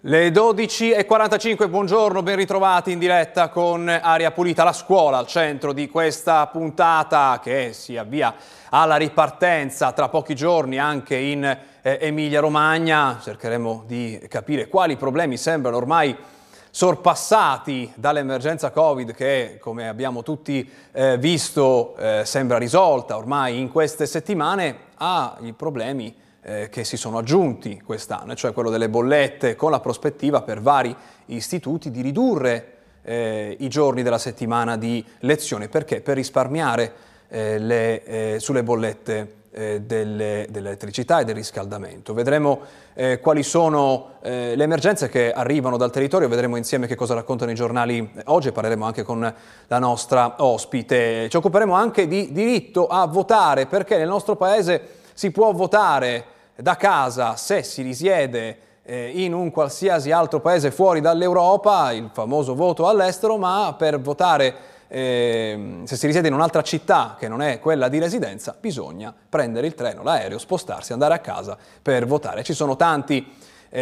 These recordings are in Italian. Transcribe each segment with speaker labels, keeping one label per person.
Speaker 1: Le 12:45, buongiorno, ben ritrovati in diretta con Aria Pulita. La scuola al centro di questa puntata che si avvia alla ripartenza tra pochi giorni anche in Emilia-Romagna. Cercheremo di capire quali problemi sembrano ormai sorpassati dall'emergenza Covid che, come abbiamo tutti visto, sembra risolta ormai in queste settimane, ai problemi che si sono aggiunti quest'anno, cioè quello delle bollette, con la prospettiva per vari istituti di ridurre i giorni della settimana di lezione. Perché? Per risparmiare sulle bollette dell'elettricità e del riscaldamento. Vedremo quali sono le emergenze che arrivano dal territorio, vedremo insieme che cosa raccontano i giornali oggi e parleremo anche con la nostra ospite. Ci occuperemo anche di diritto a votare, perché nel nostro paese si può votare da casa se si risiede in un qualsiasi altro paese fuori dall'Europa, il famoso voto all'estero, ma per votare se si risiede in un'altra città che non è quella di residenza bisogna prendere il treno, l'aereo, spostarsi, andare a casa per votare. Ci sono tanti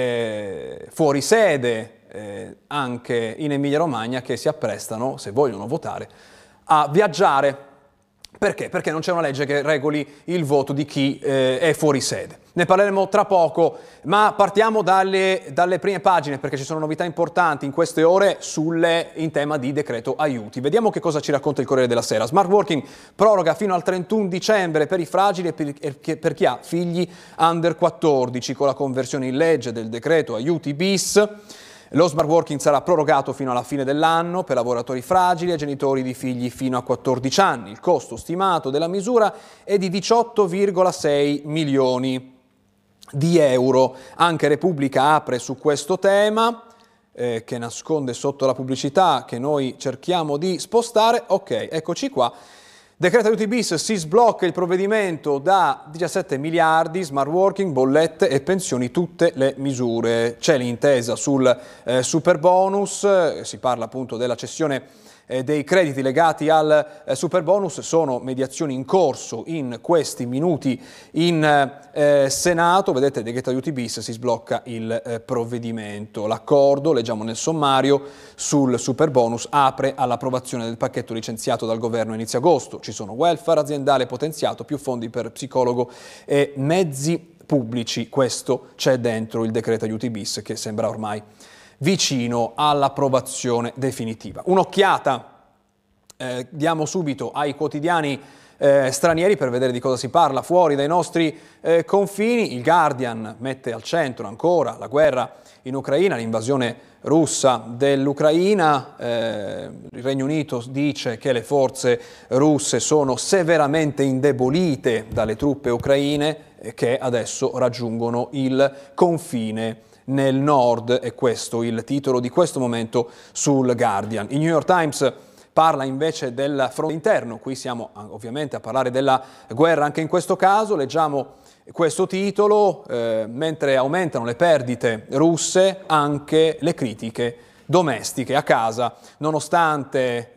Speaker 1: fuori sede anche in Emilia-Romagna che si apprestano, se vogliono votare, a viaggiare. Perché? Perché non c'è una legge che regoli il voto di chi è fuori sede. Ne parleremo tra poco, ma partiamo dalle prime pagine perché ci sono novità importanti in queste ore in tema di decreto aiuti. Vediamo che cosa ci racconta il Corriere della Sera. Smart Working proroga fino al 31 dicembre per i fragili e per chi ha figli under 14 con la conversione in legge del decreto aiuti bis. Lo smart working sarà prorogato fino alla fine dell'anno per lavoratori fragili e genitori di figli fino a 14 anni. Il costo stimato della misura è di 18,6 milioni di euro. Anche Repubblica apre su questo tema che nasconde sotto la pubblicità che noi cerchiamo di spostare. Ok, eccoci qua. Decreto aiuti bis, si sblocca il provvedimento da 17 miliardi, smart working, bollette e pensioni, tutte le misure. C'è l'intesa sul super bonus, si parla appunto della cessione dei crediti legati al super bonus, sono mediazioni in corso in questi minuti in Senato. Vedete, decreto aiuti bis, si sblocca il provvedimento. L'accordo, leggiamo nel sommario, sul super bonus apre all'approvazione del pacchetto licenziato dal governo a inizio agosto. Ci sono welfare aziendale potenziato, più fondi per psicologo e mezzi pubblici. Questo c'è dentro il decreto aiuti bis che sembra ormai vicino all'approvazione definitiva. Un'occhiata diamo subito ai quotidiani stranieri per vedere di cosa si parla fuori dai nostri confini. Il Guardian mette al centro ancora la guerra in Ucraina, l'invasione russa dell'Ucraina. Il Regno Unito dice che le forze russe sono severamente indebolite dalle truppe ucraine che adesso raggiungono il confine nel nord, è questo il titolo di questo momento sul Guardian. Il New York Times parla invece del fronte interno, qui siamo ovviamente a parlare della guerra anche in questo caso, leggiamo questo titolo, mentre aumentano le perdite russe, anche le critiche domestiche a casa, nonostante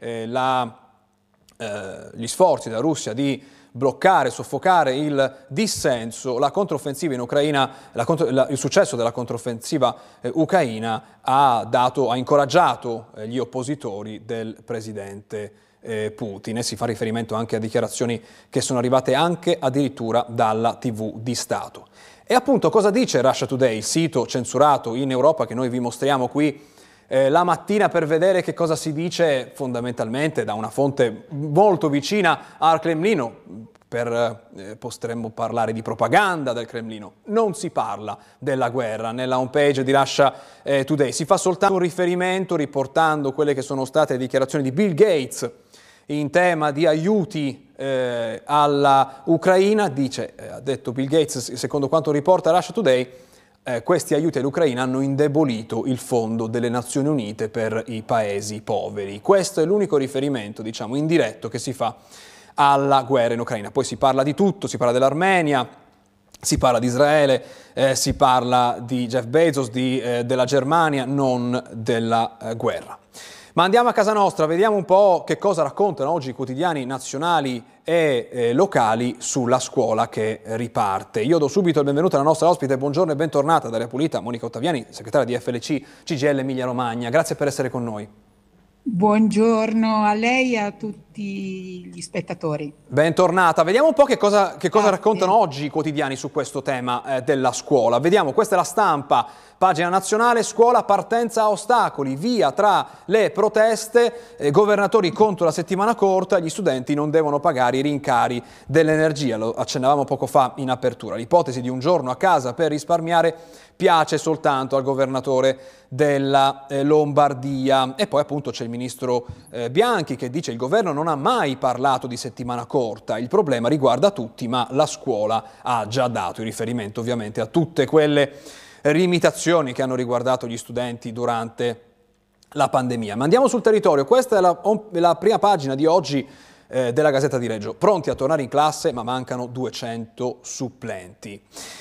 Speaker 1: gli sforzi della Russia di bloccare, soffocare il dissenso, la controffensiva in Ucraina, il successo della controffensiva ucraina ha incoraggiato gli oppositori del presidente Putin, e si fa riferimento anche a dichiarazioni che sono arrivate anche addirittura dalla TV di Stato. E appunto cosa dice Russia Today, il sito censurato in Europa che noi vi mostriamo qui la mattina per vedere che cosa si dice fondamentalmente da una fonte molto vicina al Cremlino. Potremmo parlare di propaganda del Cremlino. Non si parla della guerra nella homepage di Russia Today, si fa soltanto un riferimento riportando quelle che sono state le dichiarazioni di Bill Gates in tema di aiuti alla Ucraina. Ha detto Bill Gates, secondo quanto riporta Russia Today, questi aiuti all'Ucraina hanno indebolito il fondo delle Nazioni Unite per i paesi poveri. Questo è l'unico riferimento, diciamo, indiretto che si fa alla guerra in Ucraina. Poi si parla di tutto, si parla dell'Armenia, si parla di Israele, si parla di Jeff Bezos, della Germania, non della guerra. Ma andiamo a casa nostra, vediamo un po' che cosa raccontano oggi i quotidiani nazionali e locali sulla scuola che riparte. Io do subito il benvenuto alla nostra ospite, buongiorno e bentornata ad Aria Pulita, Monica Ottaviani, segretaria di FLC CGIL Emilia Romagna. Grazie per essere con noi.
Speaker 2: Buongiorno a lei e a tutti gli spettatori.
Speaker 1: Bentornata. Vediamo un po' che cosa raccontano oggi i quotidiani su questo tema della scuola. Vediamo, questa è la Stampa, pagina nazionale, scuola partenza a ostacoli, via tra le proteste, governatori contro la settimana corta, gli studenti non devono pagare i rincari dell'energia, lo accennavamo poco fa in apertura. L'ipotesi di un giorno a casa per risparmiare piace soltanto al governatore della Lombardia. E poi appunto c'è il ministro Bianchi che dice: il governo non ha mai parlato di settimana corta, il problema riguarda tutti, ma la scuola ha già dato, in riferimento ovviamente a tutte quelle limitazioni che hanno riguardato gli studenti durante la pandemia. Ma andiamo sul territorio, questa è la prima pagina di oggi della Gazzetta di Reggio. Pronti a tornare in classe, ma mancano 200 supplenti.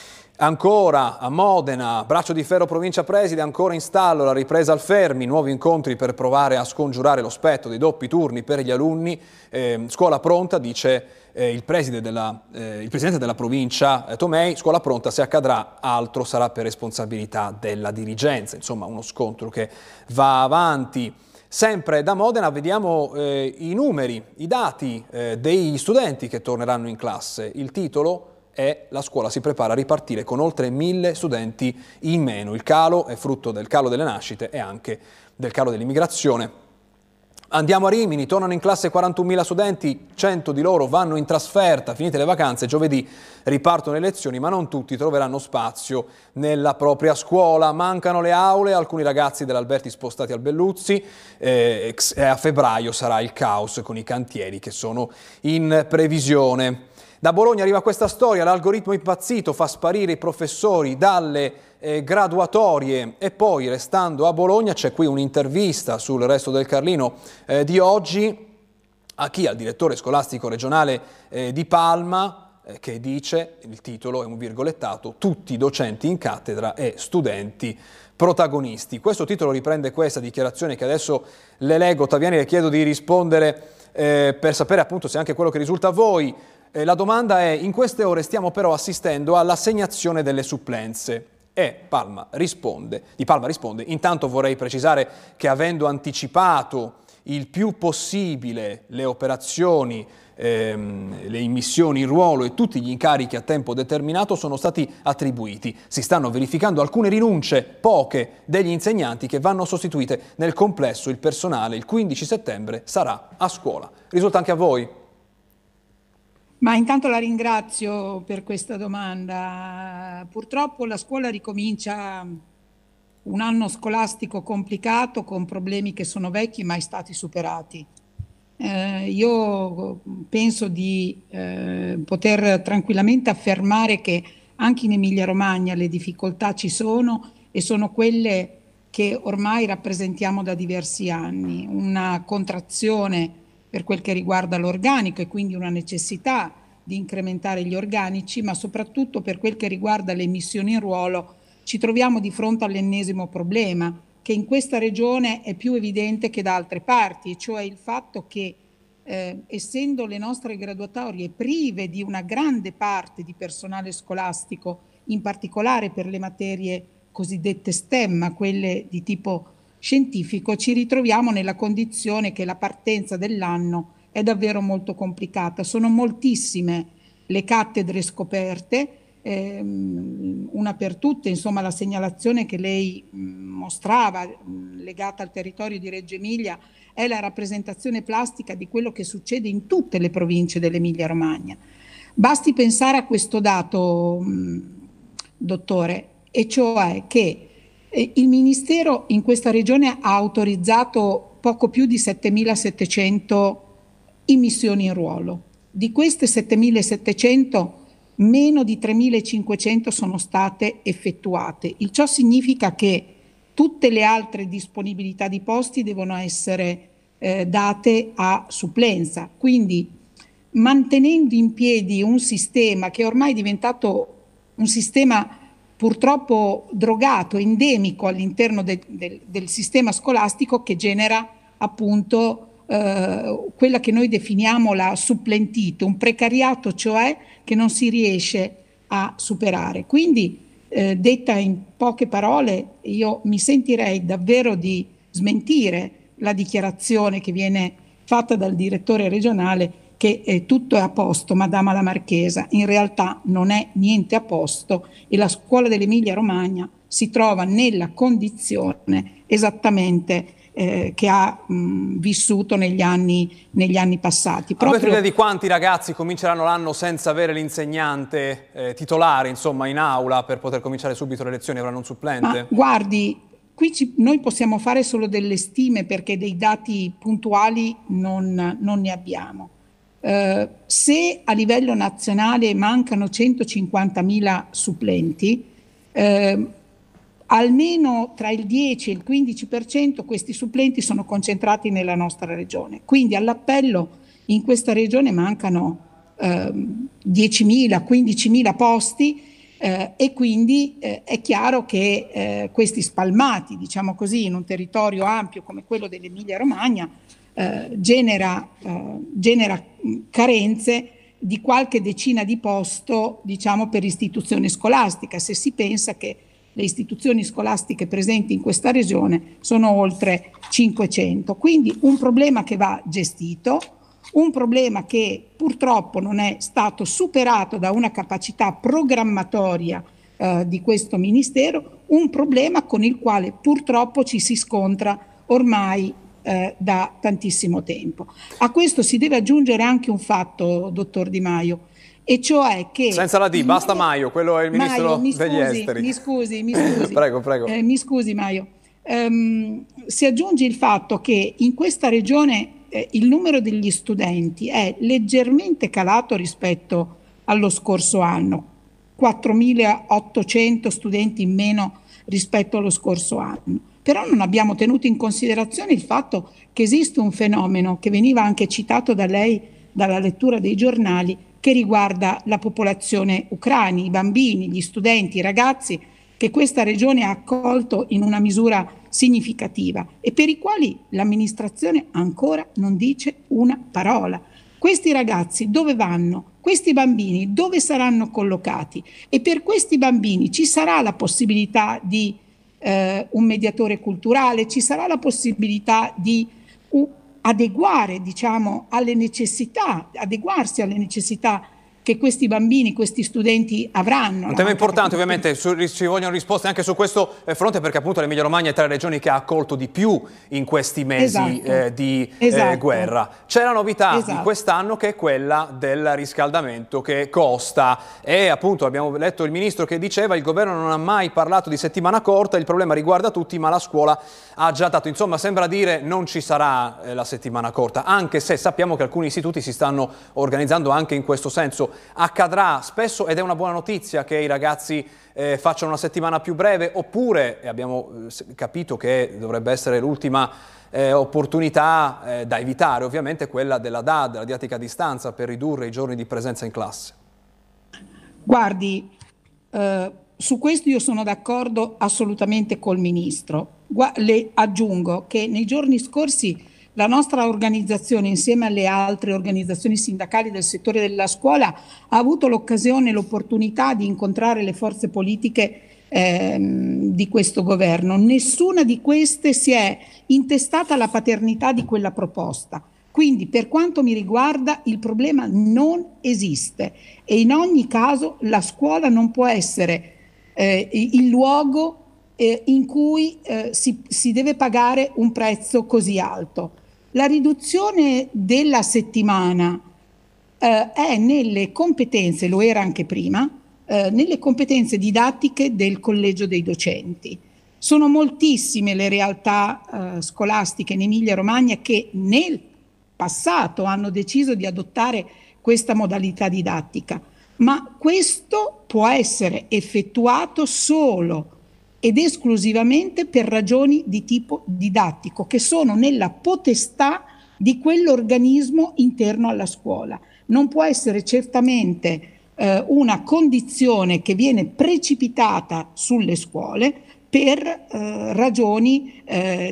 Speaker 1: Ancora a Modena, Braccio di Ferro provincia preside, ancora in stallo la ripresa al Fermi, nuovi incontri per provare a scongiurare lo spettro dei doppi turni per gli alunni. Scuola pronta, dice il presidente della provincia Tomei, scuola pronta, se accadrà altro sarà per responsabilità della dirigenza. Insomma, uno scontro che va avanti. Sempre da Modena vediamo i numeri, i dati degli studenti che torneranno in classe. Il titolo è: la scuola si prepara a ripartire con oltre 1000 studenti in meno. Il calo è frutto del calo delle nascite e anche del calo dell'immigrazione. Andiamo a Rimini, tornano in classe 41.000 studenti, 100 di loro vanno in trasferta, finite le vacanze, giovedì ripartono le lezioni, ma non tutti troveranno spazio nella propria scuola. Mancano le aule, alcuni ragazzi dell'Alberti spostati al Belluzzi, e a febbraio sarà il caos con i cantieri che sono in previsione. Da Bologna arriva questa storia: l'algoritmo impazzito fa sparire i professori dalle graduatorie. E poi, restando a Bologna, c'è qui un'intervista sul Resto del Carlino di oggi a chi? Al direttore scolastico regionale di Palma, che dice, il titolo è un virgolettato: tutti docenti in cattedra e studenti protagonisti. Questo titolo riprende questa dichiarazione che adesso le leggo. Ottaviani, le chiedo di rispondere per sapere appunto se anche quello che risulta a voi. La domanda è: in queste ore stiamo però assistendo all'assegnazione delle supplenze. E Di Palma risponde: intanto vorrei precisare che, avendo anticipato il più possibile le operazioni, le immissioni in ruolo e tutti gli incarichi a tempo determinato sono stati attribuiti. Si stanno verificando alcune rinunce, poche, degli insegnanti, che vanno sostituite. Nel complesso il personale il 15 settembre sarà a scuola. Risulta anche a voi?
Speaker 2: Ma intanto la ringrazio per questa domanda. Purtroppo la scuola ricomincia un anno scolastico complicato, con problemi che sono vecchi mai stati superati. Io penso di poter tranquillamente affermare che anche in Emilia-Romagna le difficoltà ci sono, e sono quelle che ormai rappresentiamo da diversi anni. Una contrazione per quel che riguarda l'organico, e quindi una necessità di incrementare gli organici, ma soprattutto per quel che riguarda le missioni in ruolo ci troviamo di fronte all'ennesimo problema, che in questa regione è più evidente che da altre parti, cioè il fatto che essendo le nostre graduatorie prive di una grande parte di personale scolastico, in particolare per le materie cosiddette STEM, quelle di tipo scientifico, ci ritroviamo nella condizione che la partenza dell'anno è davvero molto complicata. Sono moltissime le cattedre scoperte, una per tutte, insomma, la segnalazione che lei mostrava legata al territorio di Reggio Emilia è la rappresentazione plastica di quello che succede in tutte le province dell'Emilia Romagna. Basti pensare a questo dato, dottore, e cioè che il Ministero in questa regione ha autorizzato poco più di 7.700 immissioni in ruolo. Di queste 7.700, meno di 3.500 sono state effettuate. Ciò significa che tutte le altre disponibilità di posti devono essere date a supplenza. Quindi, mantenendo in piedi un sistema che ormai è diventato un sistema purtroppo drogato, endemico all'interno del sistema scolastico, che genera appunto quella che noi definiamo la supplentite, un precariato cioè che non si riesce a superare. Quindi, detta in poche parole, io mi sentirei davvero di smentire la dichiarazione che viene fatta dal direttore regionale che tutto è a posto, Madama la Marchesa. In realtà non è niente a posto e la scuola dell'Emilia Romagna si trova nella condizione esattamente che ha vissuto negli anni passati.
Speaker 1: Avete idea di quanti ragazzi cominceranno l'anno senza avere l'insegnante titolare, insomma, in aula per poter cominciare subito le lezioni, avranno un supplente?
Speaker 2: Ma guardi, qui noi possiamo fare solo delle stime perché dei dati puntuali non ne abbiamo. Se a livello nazionale mancano 150.000 supplenti, almeno tra il 10 e il 15% questi supplenti sono concentrati nella nostra regione. Quindi all'appello in questa regione mancano 10.000, 15.000 posti e quindi è chiaro che questi spalmati, diciamo così, in un territorio ampio come quello dell'Emilia Romagna genera carenze di qualche decina di posto, diciamo, per istituzione scolastica, se si pensa che le istituzioni scolastiche presenti in questa regione sono oltre 500. Quindi un problema che va gestito, un problema che purtroppo non è stato superato da una capacità programmatoria di questo Ministero, un problema con il quale purtroppo ci si scontra ormai da tantissimo tempo. A questo si deve aggiungere anche un fatto, dottor Di Maio, e cioè che...
Speaker 1: Senza la D, basta Maio, quello è il ministro degli esteri.
Speaker 2: Mi scusi.
Speaker 1: Prego, prego.
Speaker 2: Mi scusi Maio. Si aggiunge il fatto che in questa regione il numero degli studenti è leggermente calato rispetto allo scorso anno, 4.800 studenti in meno rispetto allo scorso anno. Però non abbiamo tenuto in considerazione il fatto che esiste un fenomeno che veniva anche citato da lei dalla lettura dei giornali, che riguarda la popolazione ucraina, i bambini, gli studenti, i ragazzi che questa regione ha accolto in una misura significativa e per i quali l'amministrazione ancora non dice una parola. Questi ragazzi dove vanno? Questi bambini dove saranno collocati? E per questi bambini ci sarà la possibilità di un mediatore culturale, ci sarà la possibilità di adeguare, diciamo, alle necessità, adeguarsi alle necessità che questi bambini, questi studenti avranno.
Speaker 1: Un tema importante, ovviamente, ci vogliono risposte anche su questo fronte, perché appunto l'Emilia Romagna è tra le regioni che ha accolto di più in questi mesi di guerra. C'è la novità di quest'anno che è quella del riscaldamento che costa e appunto abbiamo letto il ministro che diceva il governo non ha mai parlato di settimana corta, il problema riguarda tutti ma la scuola ha già dato, insomma sembra dire non ci sarà la settimana corta, anche se sappiamo che alcuni istituti si stanno organizzando anche in questo senso. Accadrà spesso ed è una buona notizia che i ragazzi facciano una settimana più breve oppure, abbiamo capito che dovrebbe essere l'ultima opportunità da evitare, ovviamente quella della DAD, della didattica a distanza, per ridurre i giorni di presenza in classe.
Speaker 2: Guardi, su questo io sono d'accordo assolutamente col Ministro. Le aggiungo che nei giorni scorsi la nostra organizzazione, insieme alle altre organizzazioni sindacali del settore della scuola, ha avuto l'occasione, l'opportunità di incontrare le forze politiche di questo governo. Nessuna di queste si è intestata alla paternità di quella proposta. Quindi, per quanto mi riguarda, il problema non esiste e in ogni caso la scuola non può essere il luogo in cui si deve pagare un prezzo così alto. La riduzione della settimana è nelle competenze, lo era anche prima, nelle competenze didattiche del collegio dei docenti. Sono moltissime le realtà scolastiche in Emilia-Romagna che nel passato hanno deciso di adottare questa modalità didattica, ma questo può essere effettuato solo ed esclusivamente per ragioni di tipo didattico, che sono nella potestà di quell'organismo interno alla scuola. Non può essere certamente una condizione che viene precipitata sulle scuole per ragioni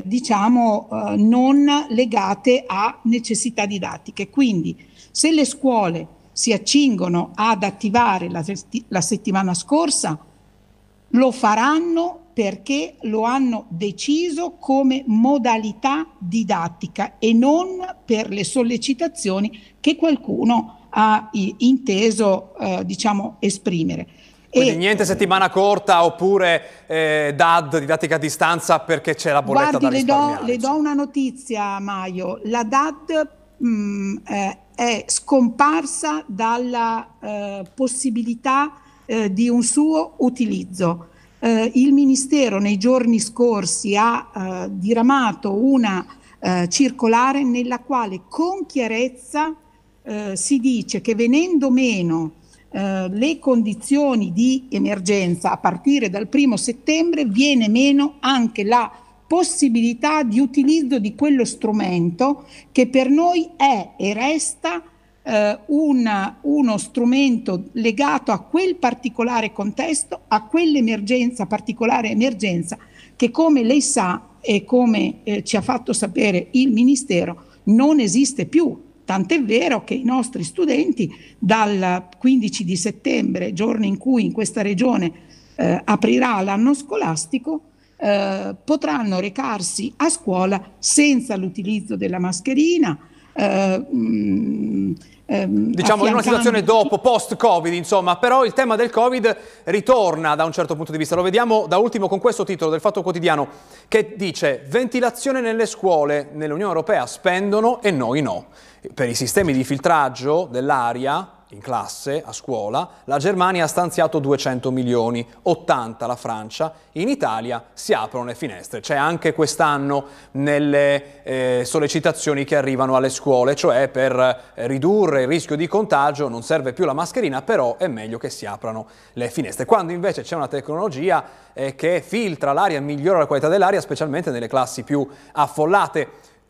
Speaker 2: non legate a necessità didattiche. Quindi se le scuole si accingono ad attivare la settimana scorsa, lo faranno perché lo hanno deciso come modalità didattica e non per le sollecitazioni che qualcuno ha inteso esprimere.
Speaker 1: Quindi niente settimana corta oppure DAD, didattica a distanza, perché c'è la bolletta da risparmiare.
Speaker 2: Le do una notizia, Maio. La DAD è scomparsa dalla possibilità di un suo utilizzo. Il Ministero nei giorni scorsi ha diramato una circolare nella quale con chiarezza si dice che venendo meno le condizioni di emergenza a partire dal 1° settembre viene meno anche la possibilità di utilizzo di quello strumento che per noi è e resta uno strumento legato a quel particolare contesto, a quell'emergenza, particolare emergenza che, come lei sa e come ci ha fatto sapere il Ministero, non esiste più. Tant'è vero che i nostri studenti dal 15 di settembre, giorno in cui in questa regione aprirà l'anno scolastico, potranno recarsi a scuola senza l'utilizzo della mascherina,
Speaker 1: diciamo in una situazione dopo, post-Covid, insomma, però il tema del Covid ritorna da un certo punto di vista. Lo vediamo da ultimo con questo titolo del Fatto Quotidiano che dice: ventilazione nelle scuole, nell'Unione Europea spendono e noi no. Per i sistemi di filtraggio dell'aria in classe, a scuola, la Germania ha stanziato 200 milioni, 80 la Francia, in Italia si aprono le finestre. C'è anche quest'anno nelle sollecitazioni che arrivano alle scuole, cioè per ridurre il rischio di contagio non serve più la mascherina, però è meglio che si aprano le finestre. Quando invece c'è una tecnologia che filtra l'aria e migliora la qualità dell'aria, specialmente nelle classi più affollate.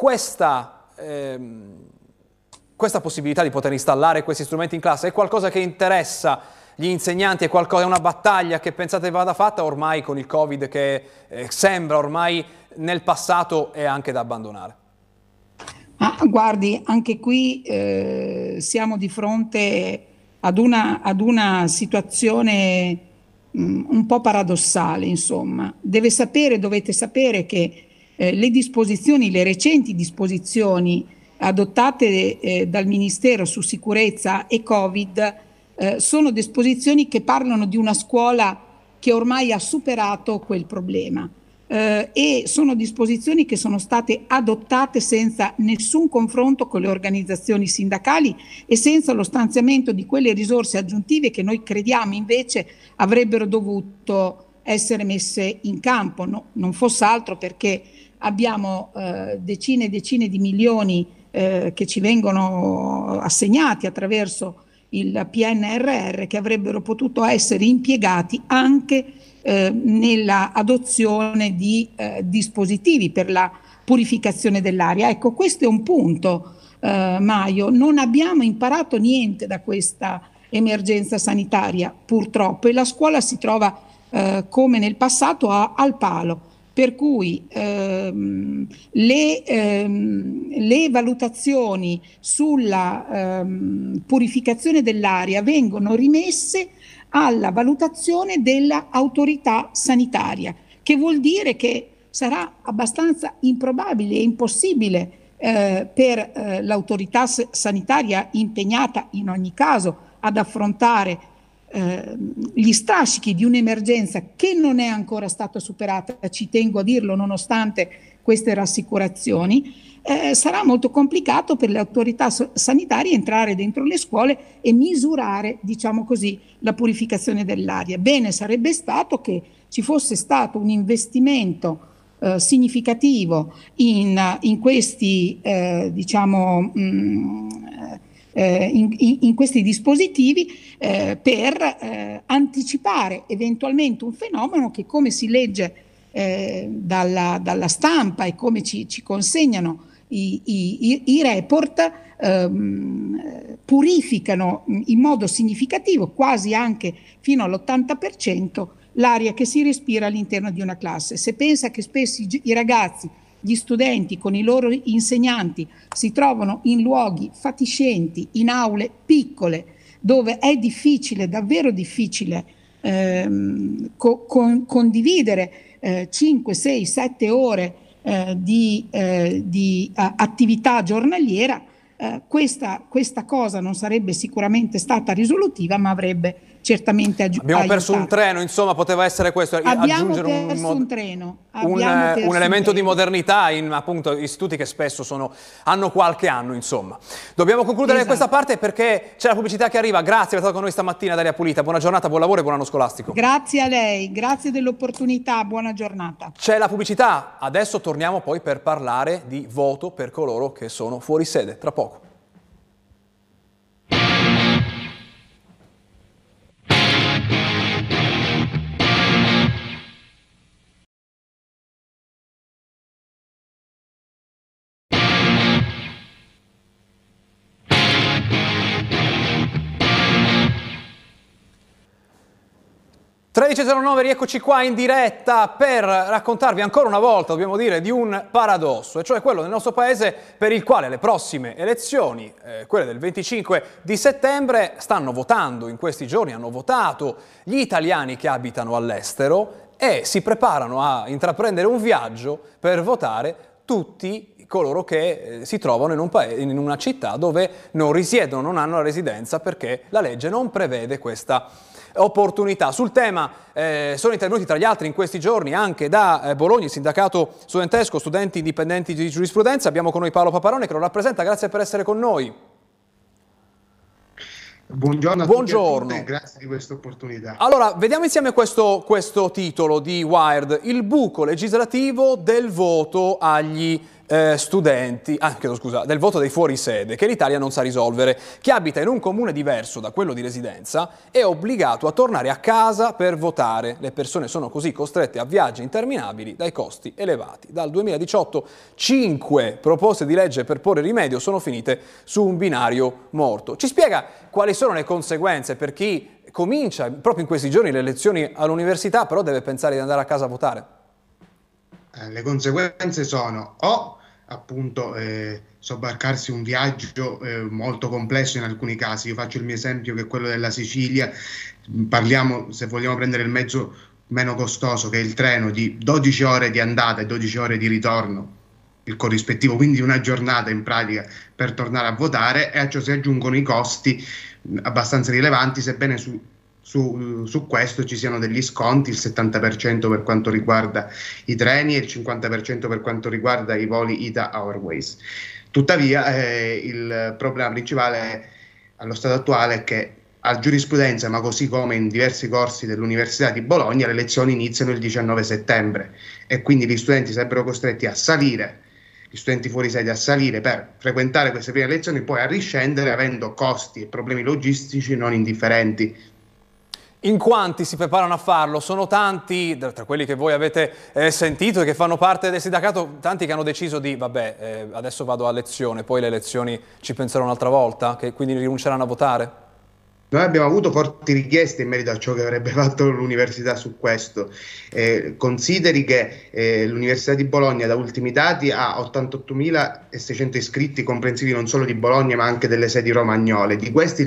Speaker 1: Questa possibilità di poter installare questi strumenti in classe è qualcosa che interessa gli insegnanti, è una battaglia che pensate vada fatta ormai con il Covid che sembra ormai nel passato e anche da abbandonare?
Speaker 2: Guardi, anche qui siamo di fronte ad una situazione un po' paradossale, insomma. Dovete sapere che le recenti disposizioni adottate dal Ministero su sicurezza e Covid sono disposizioni che parlano di una scuola che ormai ha superato quel problema e sono disposizioni che sono state adottate senza nessun confronto con le organizzazioni sindacali e senza lo stanziamento di quelle risorse aggiuntive che noi crediamo invece avrebbero dovuto essere messe in campo, non fosse altro perché abbiamo decine e decine di milioni che ci vengono assegnati attraverso il PNRR che avrebbero potuto essere impiegati anche nella adozione di dispositivi per la purificazione dell'aria. Ecco, questo è un punto, Maio, non abbiamo imparato niente da questa emergenza sanitaria purtroppo e la scuola si trova come nel passato al palo. Per cui le valutazioni sulla purificazione dell'aria vengono rimesse alla valutazione dell'autorità sanitaria, che vuol dire che sarà abbastanza improbabile e impossibile per l'autorità sanitaria impegnata in ogni caso ad affrontare gli strascichi di un'emergenza che non è ancora stata superata, ci tengo a dirlo nonostante queste rassicurazioni, sarà molto complicato per le autorità sanitarie entrare dentro le scuole e misurare, diciamo così, la purificazione dell'aria. Bene sarebbe stato che ci fosse stato un investimento significativo in questi in questi dispositivi per anticipare eventualmente un fenomeno che, come si legge dalla stampa e come ci consegnano i report, purificano in modo significativo, quasi anche fino all'80%, l'aria che si respira all'interno di una classe. Se pensa che spesso i ragazzi, gli studenti con i loro insegnanti si trovano in luoghi fatiscenti, in aule piccole, dove è difficile, davvero difficile, condividere 5, 6, 7 ore di attività giornaliera, questa cosa non sarebbe sicuramente stata risolutiva, ma avrebbe certamente
Speaker 1: Abbiamo perso un treno, insomma, poteva essere questo.
Speaker 2: Abbiamo perso un treno.
Speaker 1: Un elemento di modernità in appunto istituti che spesso hanno qualche anno, insomma. Dobbiamo concludere questa parte perché c'è la pubblicità che arriva. Grazie per essere stato con noi stamattina, Daria Pulita. Buona giornata, buon lavoro e buon anno scolastico.
Speaker 2: Grazie a lei, grazie dell'opportunità, buona giornata.
Speaker 1: C'è la pubblicità, adesso torniamo poi per parlare di voto per coloro che sono fuori sede, tra poco. (13:09), rieccoci qua in diretta per raccontarvi ancora una volta, dobbiamo dire, di un paradosso, e cioè quello nel nostro paese per il quale le prossime elezioni, quelle del 25 di settembre, stanno votando in questi giorni, hanno votato gli italiani che abitano all'estero e si preparano a intraprendere un viaggio per votare tutti coloro che si trovano in una città dove non risiedono, non hanno la residenza, perché la legge non prevede questa opportunità. Sul tema sono intervenuti tra gli altri in questi giorni anche da Bologna, il sindacato studentesco Studenti Indipendenti di Giurisprudenza. Abbiamo con noi Paolo Paparone che lo rappresenta. Grazie per essere con noi.
Speaker 3: Buongiorno a tutti e a tutte, grazie di questa opportunità.
Speaker 1: Allora, vediamo insieme questo titolo di Wired: il buco legislativo del voto agli studenti, del voto dei fuorisede, che l'Italia non sa risolvere. Chi abita in un comune diverso da quello di residenza è obbligato a tornare a casa per votare. Le persone sono così costrette a viaggi interminabili dai costi elevati. Dal 2018 5 proposte di legge per porre rimedio sono finite su un binario morto. Ci spiega quali sono le conseguenze per chi comincia proprio in questi giorni le lezioni all'università, però deve pensare di andare a casa a votare?
Speaker 3: Le conseguenze sono o appunto sobbarcarsi un viaggio molto complesso in alcuni casi. Io faccio il mio esempio, che è quello della Sicilia. Parliamo, se vogliamo prendere il mezzo meno costoso, che è il treno, di 12 ore di andata e 12 ore di ritorno, il corrispettivo, quindi una giornata in pratica per tornare a votare, e a ciò si aggiungono i costi abbastanza rilevanti, sebbene su questo ci siano degli sconti, il 70% per quanto riguarda i treni e il 50% per quanto riguarda i voli Ita Airways. Tuttavia il problema principale allo stato attuale è che a giurisprudenza, ma così come in diversi corsi dell'Università di Bologna, le lezioni iniziano il 19 settembre e quindi gli studenti sarebbero costretti a salire, gli studenti fuori sede a salire per frequentare queste prime lezioni, poi a riscendere, avendo costi e problemi logistici non indifferenti.
Speaker 1: In quanti si preparano a farlo? Sono tanti, tra quelli che voi avete sentito e che fanno parte del sindacato, tanti che hanno deciso di, adesso vado a lezione, poi le lezioni ci penserò un'altra volta, che quindi rinunceranno a votare?
Speaker 3: Noi abbiamo avuto forti richieste in merito a ciò che avrebbe fatto l'università su questo. Consideri che l'Università di Bologna, da ultimi dati, ha 88.600 iscritti, comprensivi non solo di Bologna ma anche delle sedi romagnole. Di questi il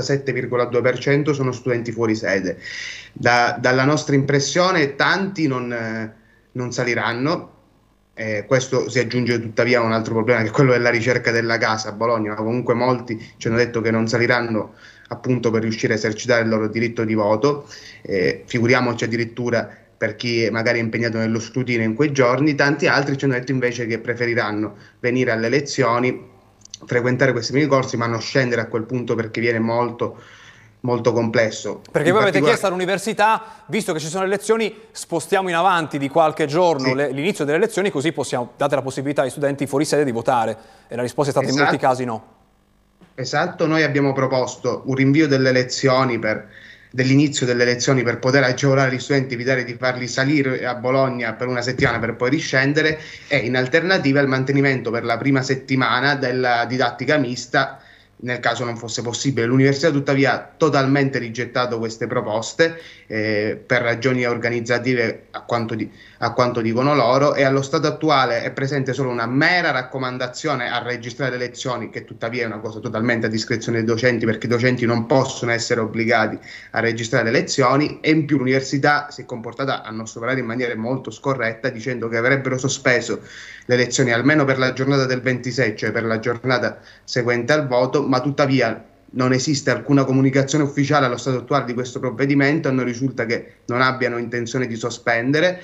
Speaker 3: 57,2% sono studenti fuori sede. Dalla nostra impressione tanti non saliranno. Questo si aggiunge tuttavia a un altro problema, che è quello della ricerca della casa a Bologna, ma comunque molti ci hanno detto che non saliranno appunto per riuscire a esercitare il loro diritto di voto, figuriamoci addirittura per chi è magari impegnato nello scrutinio in quei giorni. Tanti altri ci hanno detto invece che preferiranno venire alle lezioni, frequentare questi primi corsi, ma non scendere a quel punto perché viene molto complesso.
Speaker 1: Perché voi avete chiesto all'università, visto che ci sono le lezioni, spostiamo in avanti di qualche giorno l'inizio delle lezioni, così date la possibilità ai studenti fuori sede di votare, e la risposta è stata in molti casi no.
Speaker 3: Esatto, noi abbiamo proposto un rinvio dell'inizio delle lezioni per poter agevolare gli studenti, evitare di farli salire a Bologna per una settimana per poi riscendere, e in alternativa il mantenimento per la prima settimana della didattica mista, nel caso non fosse possibile. L'università tuttavia ha totalmente rigettato queste proposte per ragioni organizzative, a quanto dicono loro, e allo stato attuale è presente solo una mera raccomandazione a registrare le lezioni, che tuttavia è una cosa totalmente a discrezione dei docenti, perché i docenti non possono essere obbligati a registrare le lezioni, e in più l'università si è comportata, a nostro parere, in maniera molto scorretta, dicendo che avrebbero sospeso le lezioni almeno per la giornata del 26, cioè per la giornata seguente al voto, ma tuttavia non esiste alcuna comunicazione ufficiale allo stato attuale di questo provvedimento e non risulta che non abbiano intenzione di sospendere,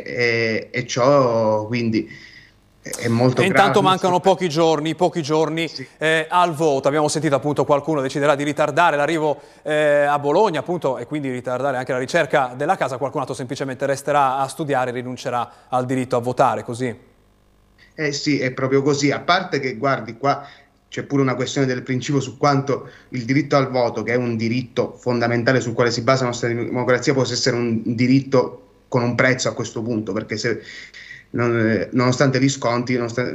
Speaker 3: e ciò quindi è molto grave.
Speaker 1: Intanto mancano pochi giorni sì, al voto. Abbiamo sentito appunto qualcuno deciderà di ritardare l'arrivo a Bologna appunto, e quindi ritardare anche la ricerca della casa, qualcun altro semplicemente resterà a studiare e rinuncerà al diritto a votare, così?
Speaker 3: Sì, è proprio così, a parte che guardi qua c'è pure una questione del principio su quanto il diritto al voto, che è un diritto fondamentale sul quale si basa la nostra democrazia, possa essere un diritto con un prezzo a questo punto, perché se nonostante gli sconti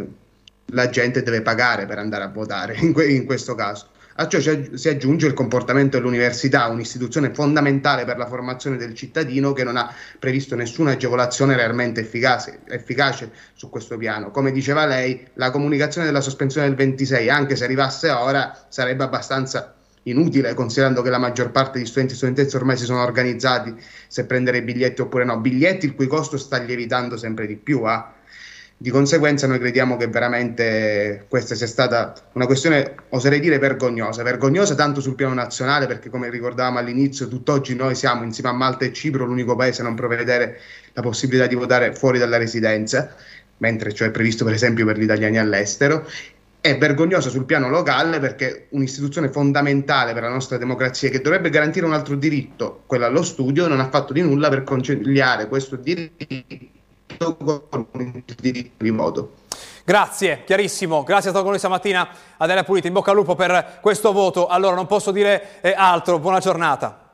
Speaker 3: la gente deve pagare per andare a votare in questo caso. A ciò si aggiunge il comportamento dell'università, un'istituzione fondamentale per la formazione del cittadino, che non ha previsto nessuna agevolazione realmente efficace su questo piano. Come diceva lei, la comunicazione della sospensione del 26, anche se arrivasse ora, sarebbe abbastanza inutile, considerando che la maggior parte di studenti e studentesse ormai si sono organizzati se prendere i biglietti oppure no. Biglietti il cui costo sta lievitando sempre di più. Di conseguenza noi crediamo che veramente questa sia stata una questione, oserei dire, vergognosa tanto sul piano nazionale, perché come ricordavamo all'inizio, tutt'oggi noi siamo, insieme a Malta e Cipro, l'unico paese a non prevedere la possibilità di votare fuori dalla residenza, mentre ciò è previsto per esempio per gli italiani all'estero. È vergognosa sul piano locale perché un'istituzione fondamentale per la nostra democrazia, che dovrebbe garantire un altro diritto, quello allo studio, non ha fatto di nulla per conciliare questo diritto con il diritto di voto.
Speaker 1: Grazie, chiarissimo. Grazie a stato con noi stamattina ad Aria Pulita. In bocca al lupo per questo voto. Allora, non posso dire altro. Buona giornata.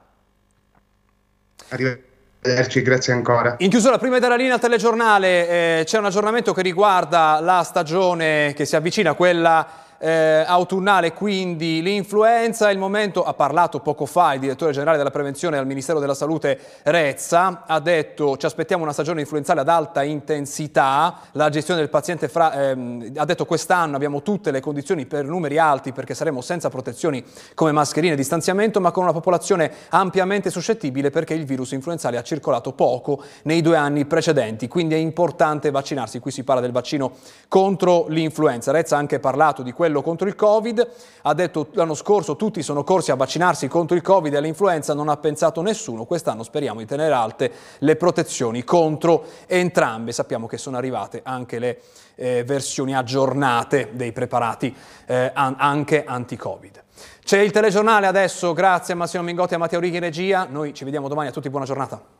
Speaker 3: Arrivederci, grazie ancora.
Speaker 1: In chiusura, prima di dare la linea al telegiornale, c'è un aggiornamento che riguarda la stagione che si avvicina, quella autunnale, quindi l'influenza. Il momento, ha parlato poco fa il direttore generale della prevenzione al Ministero della Salute Rezza, ha detto: ci aspettiamo una stagione influenzale ad alta intensità, la gestione del paziente ha detto quest'anno abbiamo tutte le condizioni per numeri alti, perché saremo senza protezioni come mascherine e distanziamento, ma con una popolazione ampiamente suscettibile, perché il virus influenzale ha circolato poco nei 2 anni precedenti, quindi è importante vaccinarsi. Qui si parla del vaccino contro l'influenza. Rezza ha anche parlato di quello contro il Covid, ha detto l'anno scorso tutti sono corsi a vaccinarsi contro il Covid e all'influenza non ha pensato nessuno, quest'anno speriamo di tenere alte le protezioni contro entrambe. Sappiamo che sono arrivate anche le versioni aggiornate dei preparati anche anti-Covid. C'è il telegiornale adesso, grazie a Massimo Mingotti e a Matteo Righi in regia, noi ci vediamo domani, a tutti buona giornata.